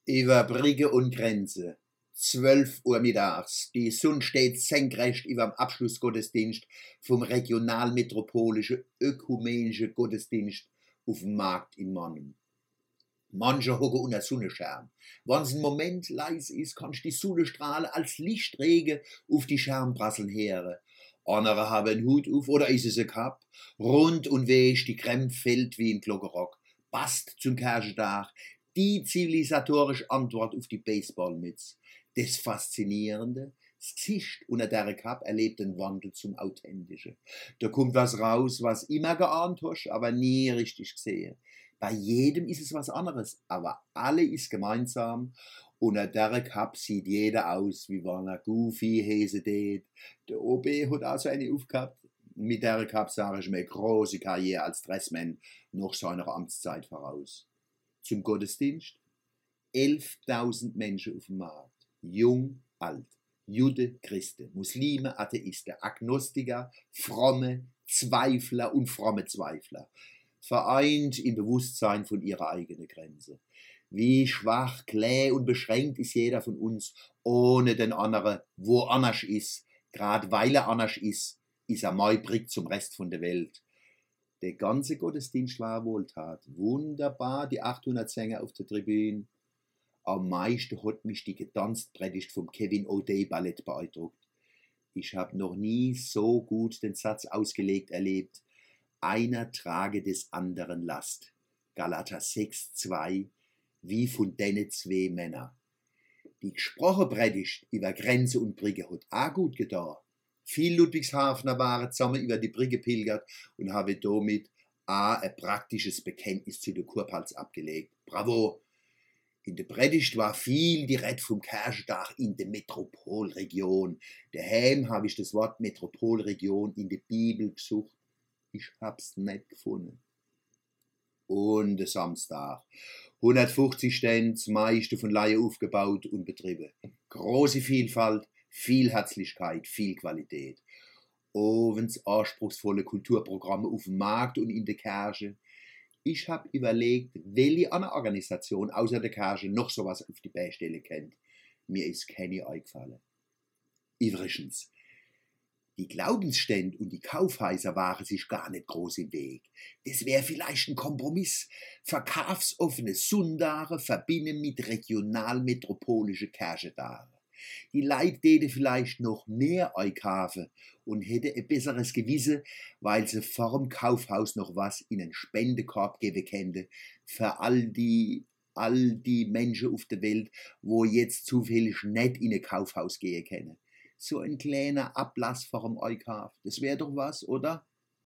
Über Brücke und Grenze. 12 Uhr mittags. Die Sonne steht senkrecht über dem Abschlussgottesdienst vom regionalmetropolischen ökumenischen Gottesdienst auf dem Markt in Mannheim. Manche hocken unter Sonnenschirm. Wenn's einen Moment leise ist, kannst die Sonnenstrahle als Lichtregen auf die Schermprasseln hören. Andere haben einen Hut auf oder ist es ein Kapp. Rund und weg die Kremp fällt wie ein Glockenrock. Passt zum Kirchentag. Die zivilisatorische Antwort auf die Baseballmütze. Das Faszinierende, das Gesicht unter der Kapp erlebt den Wandel zum Authentischen. Da kommt was raus, was immer geahnt hast, aber nie richtig gesehen. Bei jedem ist es was anderes, aber alle ist gemeinsam. Unter der Kapp sieht jeder aus, wie wenn er Goofy Häse tät. Der OB hat auch so eine aufgehabt. Mit der Kapp sage ich mir große Karriere als Dressman noch seiner Amtszeit voraus. Zum Gottesdienst 11.000 Menschen auf dem Markt. Jung, alt, Jude, Christen, Muslime, Atheisten, Agnostiker, Fromme, Zweifler und fromme Zweifler. Vereint im Bewusstsein von ihrer eigenen Grenze. Wie schwach, kläh und beschränkt ist jeder von uns, ohne den anderen, wo anders ist. Gerade weil er anders ist er Maibrig zum Rest von der Welt. Der ganze Gottesdienst war Wohltat. Wunderbar, die 800 Sänger auf der Tribüne. Am meisten hat mich die getanzte Predigt vom Kevin O'Day Ballett beeindruckt. Ich habe noch nie so gut den Satz ausgelegt erlebt. Einer trage des anderen Last. Galater 6,2, wie von denen zwei Männer. Die gesprochene Predigt über Grenze und Brücke hat auch gut getan. Viele Ludwigshafener waren zusammen über die Brücke pilgert und haben damit auch ein praktisches Bekenntnis zu den Kurpfalz abgelegt. Bravo! In der Predigt war viel die Rede vom Kirchentag in der Metropolregion. Daheim habe ich das Wort Metropolregion in der Bibel gesucht. Ich hab's nicht gefunden. Und der Samstag. 150 Stände, das meiste von Laien aufgebaut und betrieben. Große Vielfalt, viel Herzlichkeit, viel Qualität. Ovens anspruchsvolle Kulturprogramme auf dem Markt und in der Kirche. Ich habe überlegt, welche andere Organisation außer der Kirche noch sowas auf die Beistelle kennt. Mir ist keine eingefallen. Übrigens, die Glaubensstände und die Kaufhäuser waren sich gar nicht groß im Weg. Das wäre vielleicht ein Kompromiss. Verkaufsoffene Sundare verbinden mit regional-metropolischen Kirchentagen. Die Leute täten vielleicht noch mehr einkaufen und hätte ein besseres Gewissen, weil sie vor dem Kaufhaus noch was in einen Spendekorb geben könnte für all die Menschen auf der Welt, wo jetzt zufällig nicht in ein Kaufhaus gehen können. So ein kleiner Ablass vor dem Einkauf, das wäre doch was, oder?